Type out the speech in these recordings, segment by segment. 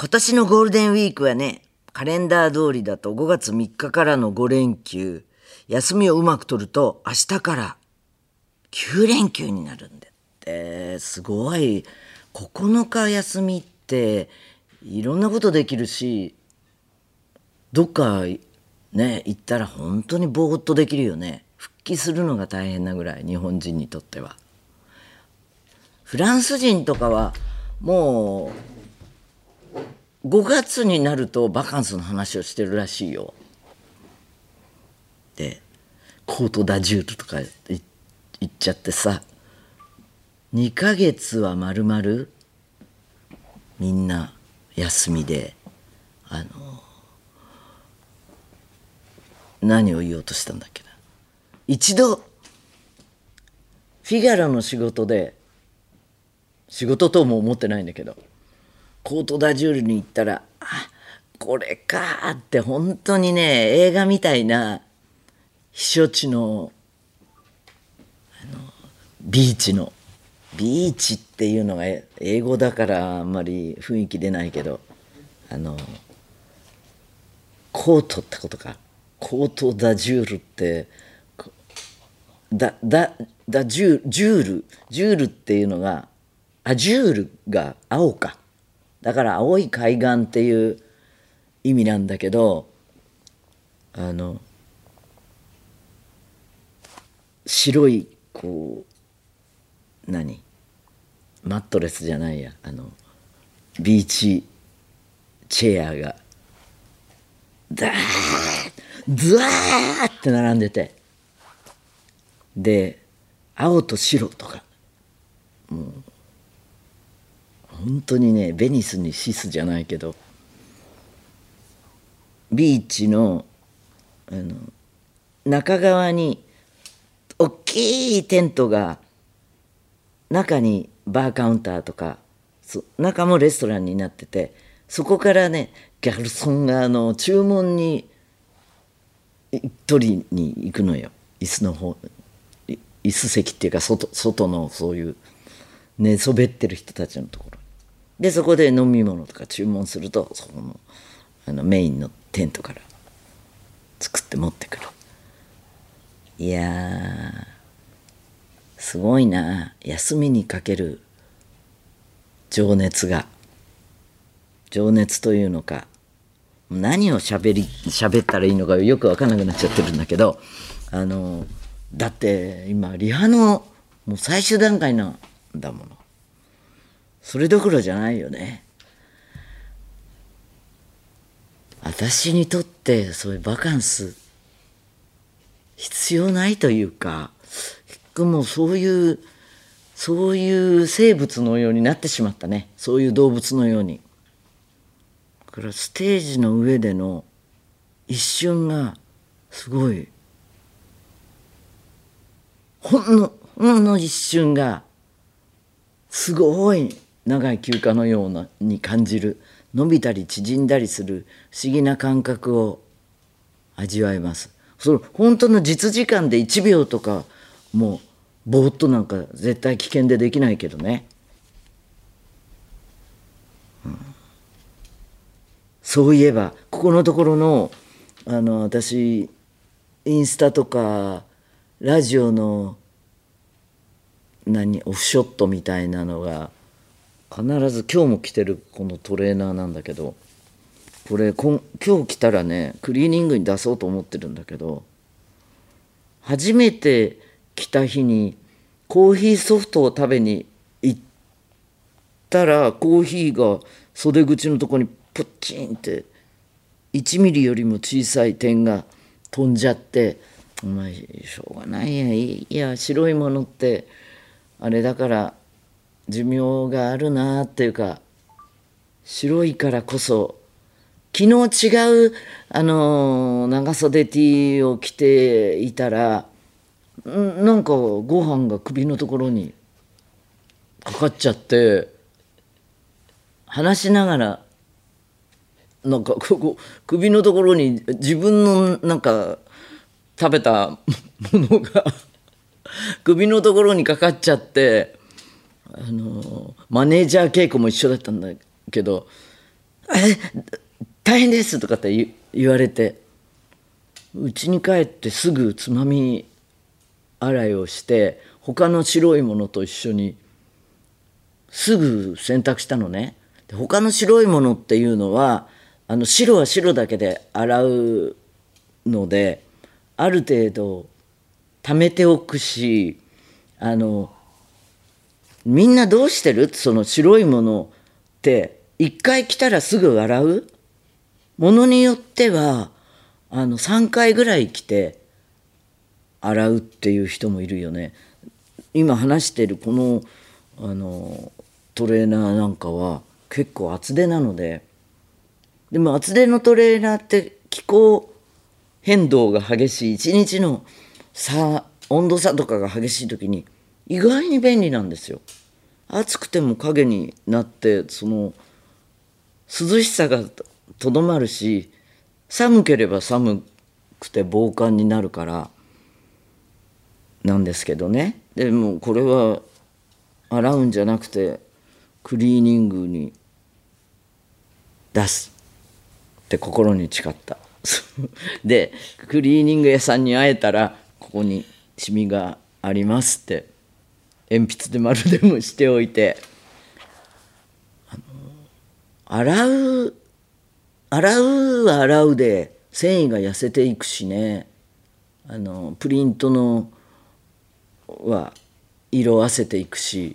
今年のゴールデンウィークはね、カレンダー通りだと5月3日からの5連休、休みをうまく取ると明日から9連休になるんだって。すごい。9日休みっていろんなことできるし、どっかね、行ったら本当にぼーっとできるよね。復帰するのが大変なぐらい、日本人にとっては。フランス人とかはもう5月になるとバカンスの話をしてるらしいよ。で、コートダジュールとか言っちゃってさ、2ヶ月はまるまるみんな休みで、何を言おうとしたんだっけな。一度フィガロの仕事で、仕事とも思ってないんだけど、コートダジュールに行ったら、これかーって本当にね、映画みたいな避暑地のビーチっていうのが英語だからあんまり雰囲気出ないけど、コートってことか。コートダジュールってジュールっていうのがジュールが青か。だから青い海岸っていう意味なんだけど、白いこうマットレスじゃないや、ビーチチェアがズワーって並んでて、で青と白とか、もう本当にね、ベニスにシスじゃないけど、ビーチの中側に大きいテントが、中にバーカウンターとか、中もレストランになってて、そこからね、ギャルソンが注文に取りに行くのよ。椅子席っていうか、外のそういう寝そべってる人たちのところで、そこで飲み物とか注文すると、そこのメインのテントから作って持ってくる。いやー、すごいな。休みにかける情熱というのか、何を喋ったらいいのかよく分からなくなっちゃってるんだけど、だって今リハのもう最終段階なんだもの。それどころじゃないよね。私にとってそういうバカンス必要ないというか、もうそういう生物のようになってしまったね。そういう動物のように。だからステージの上での一瞬がすごい、ほんの一瞬がすごい長い休暇のように感じる。伸びたり縮んだりする不思議な感覚を味わえます。それ本当の実時間で1秒とかもうぼーっとなんか絶対危険でできないけどね、そういえばここのところの私インスタとかラジオのオフショットみたいなのが必ず、今日も着てるこのトレーナーなんだけど、これ今日着たらね、クリーニングに出そうと思ってるんだけど、初めて着た日にコーヒーソフトを食べに行ったら、コーヒーが袖口のとこにプッチンって1ミリよりも小さい点が飛んじゃって、お前しょうがないや、いや白いものってあれだから寿命があるなっていうか、白いからこそ、昨日違う長袖 T を着ていたら、なんかご飯が首のところにかかっちゃって、話しながらなんか首のところに自分のなんか食べたものが首のところにかかっちゃって、マネージャー稽古も一緒だったんだけど、 「え大変です」とかって言われて、家に帰ってすぐつまみ洗いをして他の白いものと一緒にすぐ洗濯したのね。で他の白いものっていうのは白は白だけで洗うのである程度貯めておくし、みんなどうしてる？その白いものって一回着たらすぐ洗う？ものによっては3回ぐらい着て洗うっていう人もいるよね。今話してるこのトレーナーなんかは結構厚手なので、でも厚手のトレーナーって気候変動が激しい一日の温度差とかが激しい時に意外に便利なんですよ。暑くても影になってその涼しさがとどまるし、寒ければ寒くて防寒になるからなんですけどね。でもこれは洗うんじゃなくてクリーニングに出すって心に誓ったでクリーニング屋さんに会えたらここにシミがありますって鉛筆で丸でもしておいて、洗うは洗うで繊維が痩せていくしね、プリントのは色あせていくし、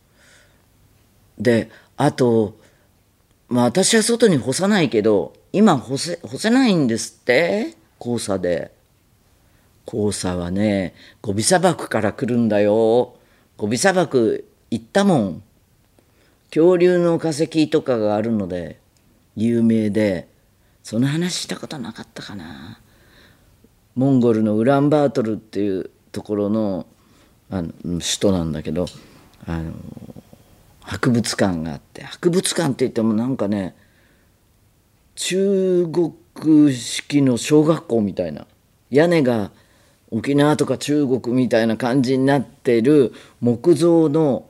であと私は外に干さないけど今干せないんですって黄砂で。黄砂はねゴビ砂漠から来るんだよ。ゴビ砂漠行ったもん。恐竜の化石とかがあるので有名で、その話したことなかったかな。モンゴルのウランバートルっていうところの首都なんだけど、博物館があって、博物館って言ってもなんかね中国式の小学校みたいな、屋根が沖縄とか中国みたいな感じになってる木造の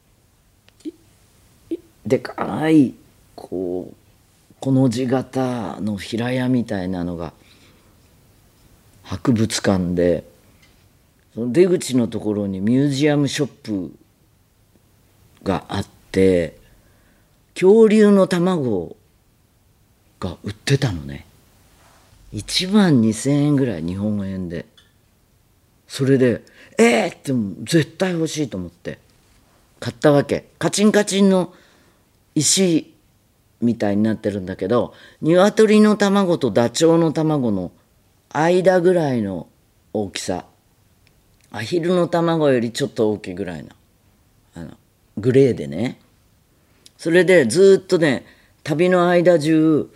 でかいこの字型の平屋みたいなのが博物館で、その出口のところにミュージアムショップがあって恐竜の卵が売ってたのね。1万2,000円ぐらい日本円で。それでって絶対欲しいと思って買ったわけ。カチンカチンの石みたいになってるんだけど、鶏の卵とダチョウの卵の間ぐらいの大きさ、アヒルの卵よりちょっと大きいぐらいなグレーでね。それでずっとね旅の間中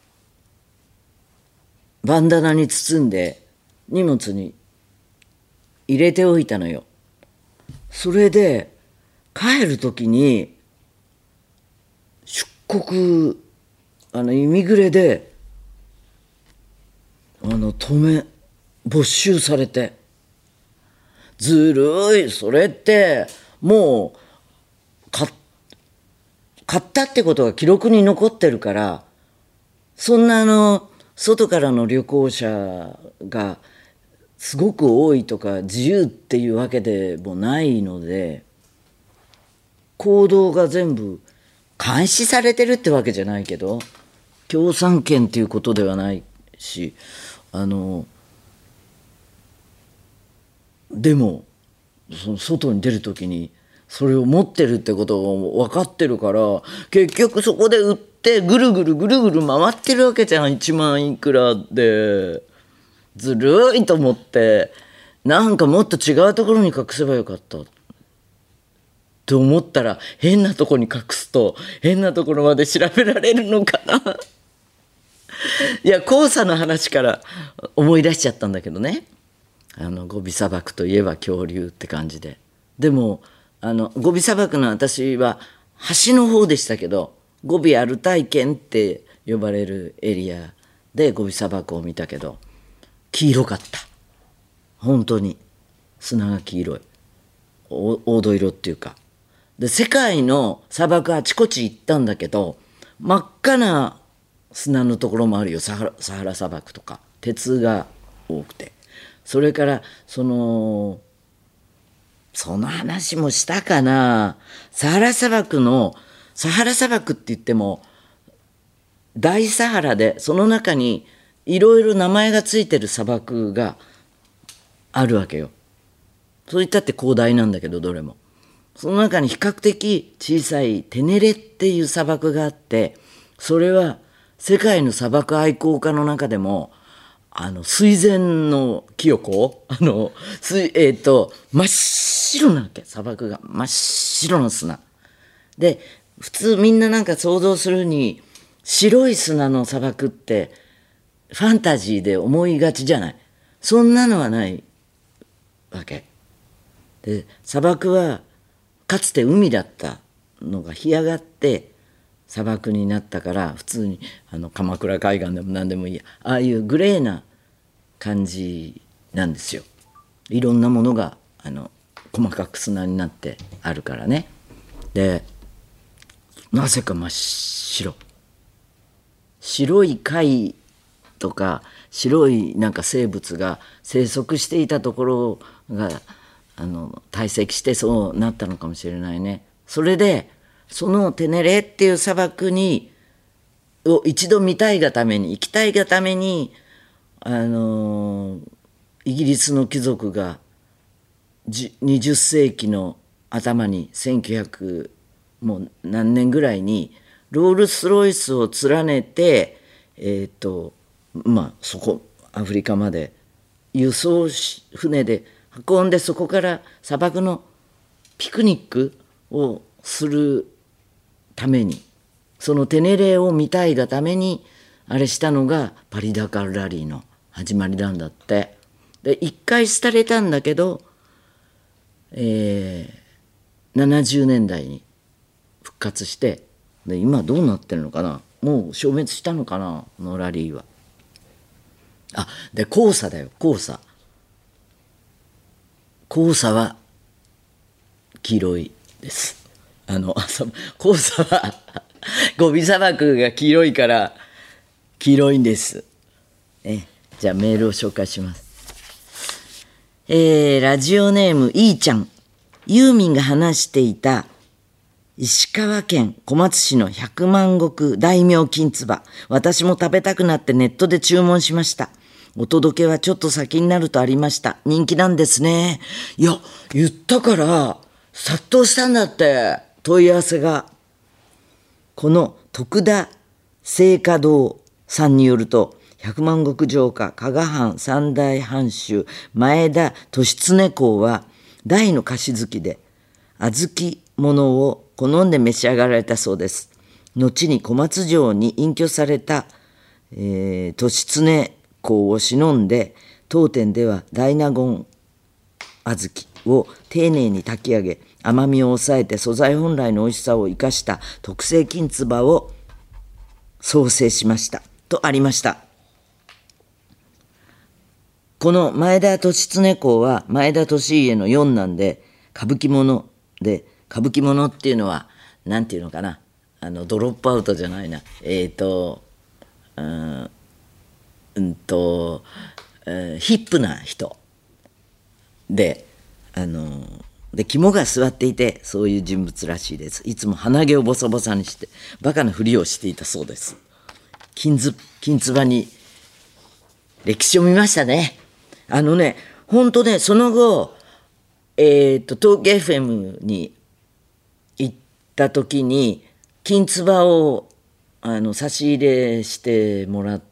バンダナに包んで荷物に入れておいたのよ。それで帰る時に出国イミグレで没収されて、ずるい。それってもう買ったってことが記録に残ってるから、そんな外からの旅行者がすごく多いとか自由っていうわけでもないので、行動が全部監視されてるってわけじゃないけど共産権っていうことではないし、でもその外に出る時にそれを持ってるってことが分かってるから、結局そこで売ってぐるぐる回ってるわけじゃん。1万いくらで。ずるいと思って、なんかもっと違うところに隠せばよかったと思ったら、変なところに隠すと変なところまで調べられるのかな。いや黄砂の話から思い出しちゃったんだけどね。ゴビ砂漠といえば恐竜って感じで。でもゴビ砂漠の私は端の方でしたけど、ゴビアルタイ県って呼ばれるエリアでゴビ砂漠を見たけど、黄色かった。本当に砂が黄色い、黄土色っていうか。で世界の砂漠あちこち行ったんだけど、真っ赤な砂のところもあるよ。サハラ砂漠とか鉄が多くて、それからその話もしたかな。サハラ砂漠って言っても大サハラで、その中にいろいろ名前がついてる砂漠があるわけよ。そういったって広大なんだけど、どれもその中に比較的小さいテネレっていう砂漠があって、それは世界の砂漠愛好家の中でも水前の清子真っ白なわけ。砂漠が真っ白な砂で、普通みんななんか想像するに白い砂の砂漠ってファンタジーで思いがちじゃない。そんなのはないわけで、砂漠はかつて海だったのが干上がって砂漠になったから、普通に鎌倉海岸でも何でもいいや、ああいうグレーな感じなんですよ。いろんなものが細かく砂になってあるからね。でなぜか真っ白い貝とか白いなんか生物が生息していたところが堆積してそうなったのかもしれないね。それでそのテネレっていう砂漠を一度行きたいがためにイギリスの貴族が20世紀の頭に1900もう何年ぐらいにロールスロイスを連ねてそこアフリカまで輸送船で運んで、そこから砂漠のピクニックをするために、そのテネレを見たいがためにあれしたのがパリダカルラリーの始まりなんだって。で一回廃れたんだけど、70年代に復活して、で今どうなってるのかな。もう消滅したのかな、のラリーは。で黄砂だよ。黄砂は黄色いです。黄砂はゴビ砂漠が黄色いから黄色いんです。じゃあメールを紹介します。ラジオネームいーちゃん。ユーミンが話していた石川県小松市の百万石大名きんつば、私も食べたくなってネットで注文しました。お届けはちょっと先になるとありました。人気なんですね。いや、言ったから殺到したんだって、問い合わせが。この徳田聖華堂さんによると、百万石城下加賀藩三代藩主前田利常公は大の菓子好きで、小豆物を好んで召し上がられたそうです。後に小松城に隠居された、利常公を偲んで、当店では大納言小豆を丁寧に炊き上げ、甘みを抑えて素材本来の美味しさを生かした特製きんつばを創生しましたとありました。この前田利常公は前田利家の四男で、歌舞伎者で、歌舞伎者っていうのはなんていうのかな、ドロップアウトじゃないな、ヒップな人で、肝が据わっていて、そういう人物らしいです。いつも鼻毛をボサボサにしてバカなふりをしていたそうです。金つばに歴史を見ましたね。本当ね、その後東京 FM に行った時に金つばを差し入れしてもらって、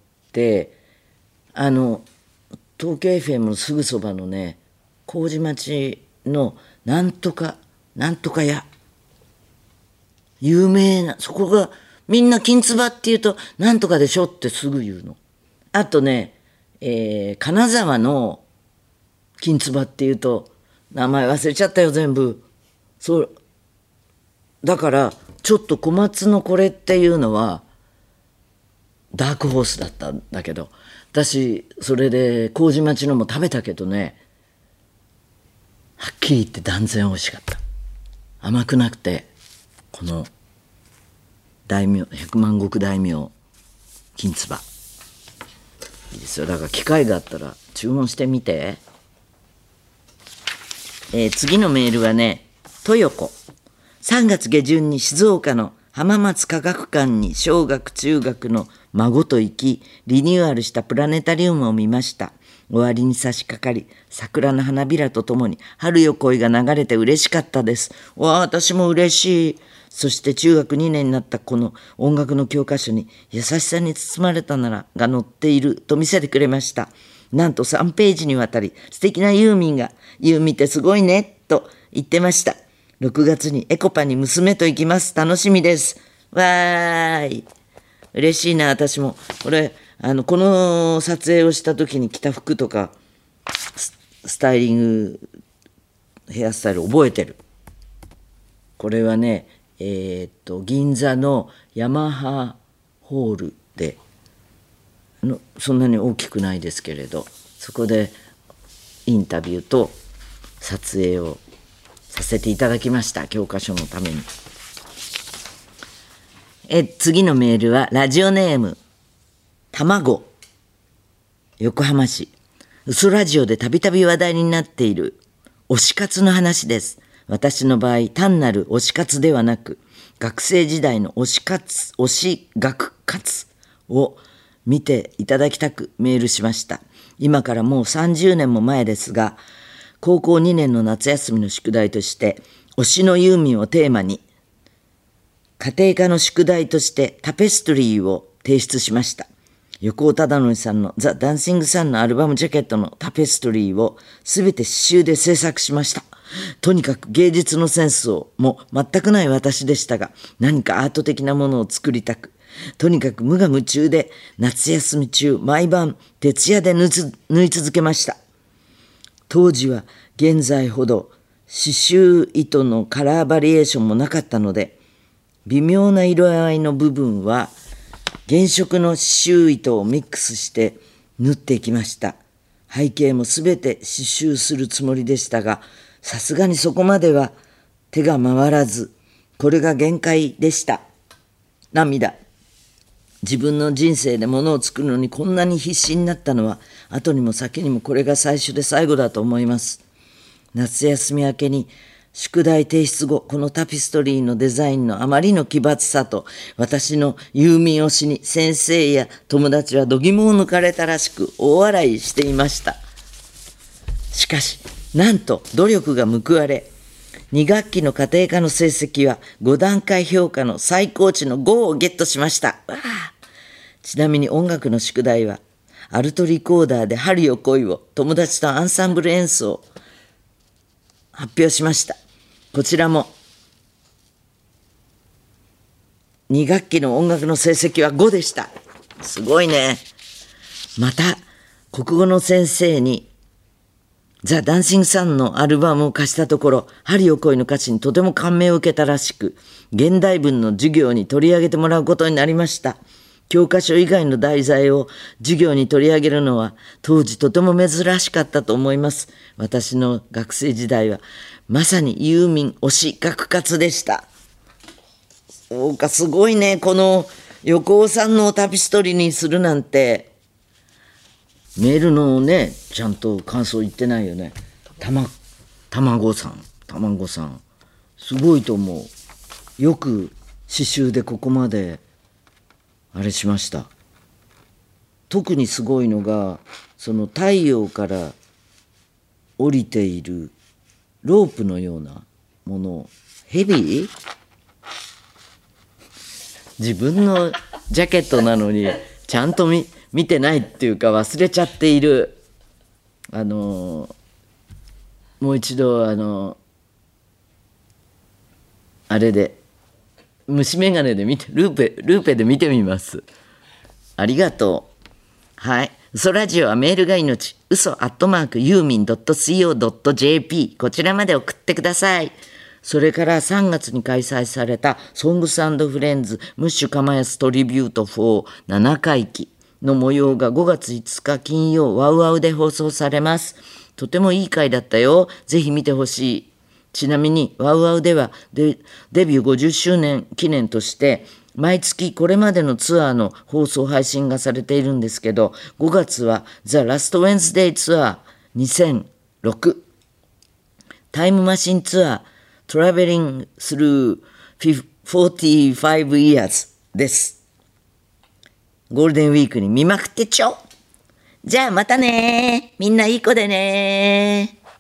東京 FM のすぐそばのね、麹町のなんとか屋、有名な、そこがみんな金つばっていうとなんとかでしょってすぐ言うの。あとね、金沢の金つばっていうと名前忘れちゃったよ全部。そうだからちょっと小松のこれっていうのはダークホースだったんだけど、私それで麹町のも食べたけどね、はっきり言って断然美味しかった。甘くなくて、この大名、百万石大名きんつばいいですよ。だから機会があったら注文してみて。次のメールはね、とよこ。3月下旬に静岡の浜松科学館に小学中学の孫と行き、リニューアルしたプラネタリウムを見ました。終わりに差し掛かり、桜の花びらとともに春よ来いが流れて嬉しかったです。わあ、私も嬉しい。そして中学2年になったこの音楽の教科書に優しさに包まれたならが載っていると見せてくれました。なんと3ページにわたり素敵なユーミンがユーミンってすごいねと言ってました。6月にエコパに娘と行きます。楽しみです。わーい。嬉しいな。私もこれこの撮影をした時に着た服とかスタイリングヘアスタイル覚えてる。これはね銀座のヤマハホールでそんなに大きくないですけれど、そこでインタビューと撮影をさせていただきました。教科書のために。次のメールはラジオネーム卵、横浜市。嘘ラジオでたびたび話題になっている推し活の話です。私の場合、単なる推し活ではなく、学生時代の推し学活を見ていただきたくメールしました。今からもう30年も前ですが、高校2年の夏休みの宿題として、推しのユーミンをテーマに、家庭科の宿題としてタペストリーを提出しました。横尾忠則さんのザ・ダンシング・サンのアルバムジャケットのタペストリーをすべて刺繍で制作しました。とにかく芸術のセンスも全くない私でしたが、何かアート的なものを作りたく、とにかく無我夢中で夏休み中毎晩徹夜で縫い続けました。当時は現在ほど刺繍糸のカラーバリエーションもなかったので、微妙な色合いの部分は原色の刺繍糸をミックスして縫っていきました。背景もすべて刺繍するつもりでしたが、さすがにそこまでは手が回らず、これが限界でした。涙。自分の人生で物を作るのにこんなに必死になったのは、後にも先にもこれが最初で最後だと思います。夏休み明けに宿題提出後、このタピストリーのデザインのあまりの奇抜さと、私のユーミン推しに先生や友達は度肝を抜かれたらしく大笑いしていました。しかし、なんと努力が報われ、2学期の家庭科の成績は5段階評価の最高値の5をゲットしました。わあ、ちなみに音楽の宿題は、アルトリコーダーで春よ来いを友達とアンサンブル演奏を発表しました。こちらも2学期の音楽の成績は5でした。すごいね。また国語の先生にザ・ダンシング・サンのアルバムを貸したところ、春よ来いの歌詞にとても感銘を受けたらしく、現代文の授業に取り上げてもらうことになりました。教科書以外の題材を授業に取り上げるのは当時とても珍しかったと思います。私の学生時代はまさにユーミン推し学活でした。そうか、すごいね。この横尾さんのタピストリーにするなんて。メールのね、ちゃんと感想言ってないよね。卵さんすごいと思う。よく刺繍でここまであれしました。特にすごいのが、その太陽から降りているロープのようなものを、ヘビ自分のジャケットなのにちゃんと見てないっていうか忘れちゃっている。もう一度あれで虫眼鏡で見てルーペで見てみます。ありがとう。はい。嘘ラジオはメールが命。嘘ユーミン .co.jp こちらまで送ってください。それから3月に開催されたソングス&フレンズムッシュカマヤストリビュート47回忌の模様が5月5日金曜ワウワウで放送されます。とてもいい回だったよ。ぜひ見てほしい。ちなみにワウワウではデビュー50周年記念として毎月これまでのツアーの放送配信がされているんですけど、5月は The Last Wednesday ツアー2006、タイムマシンツアー Traveling Through 45 Years です。ゴールデンウィークに見まくってちょ。じゃあまたね。みんないい子でね。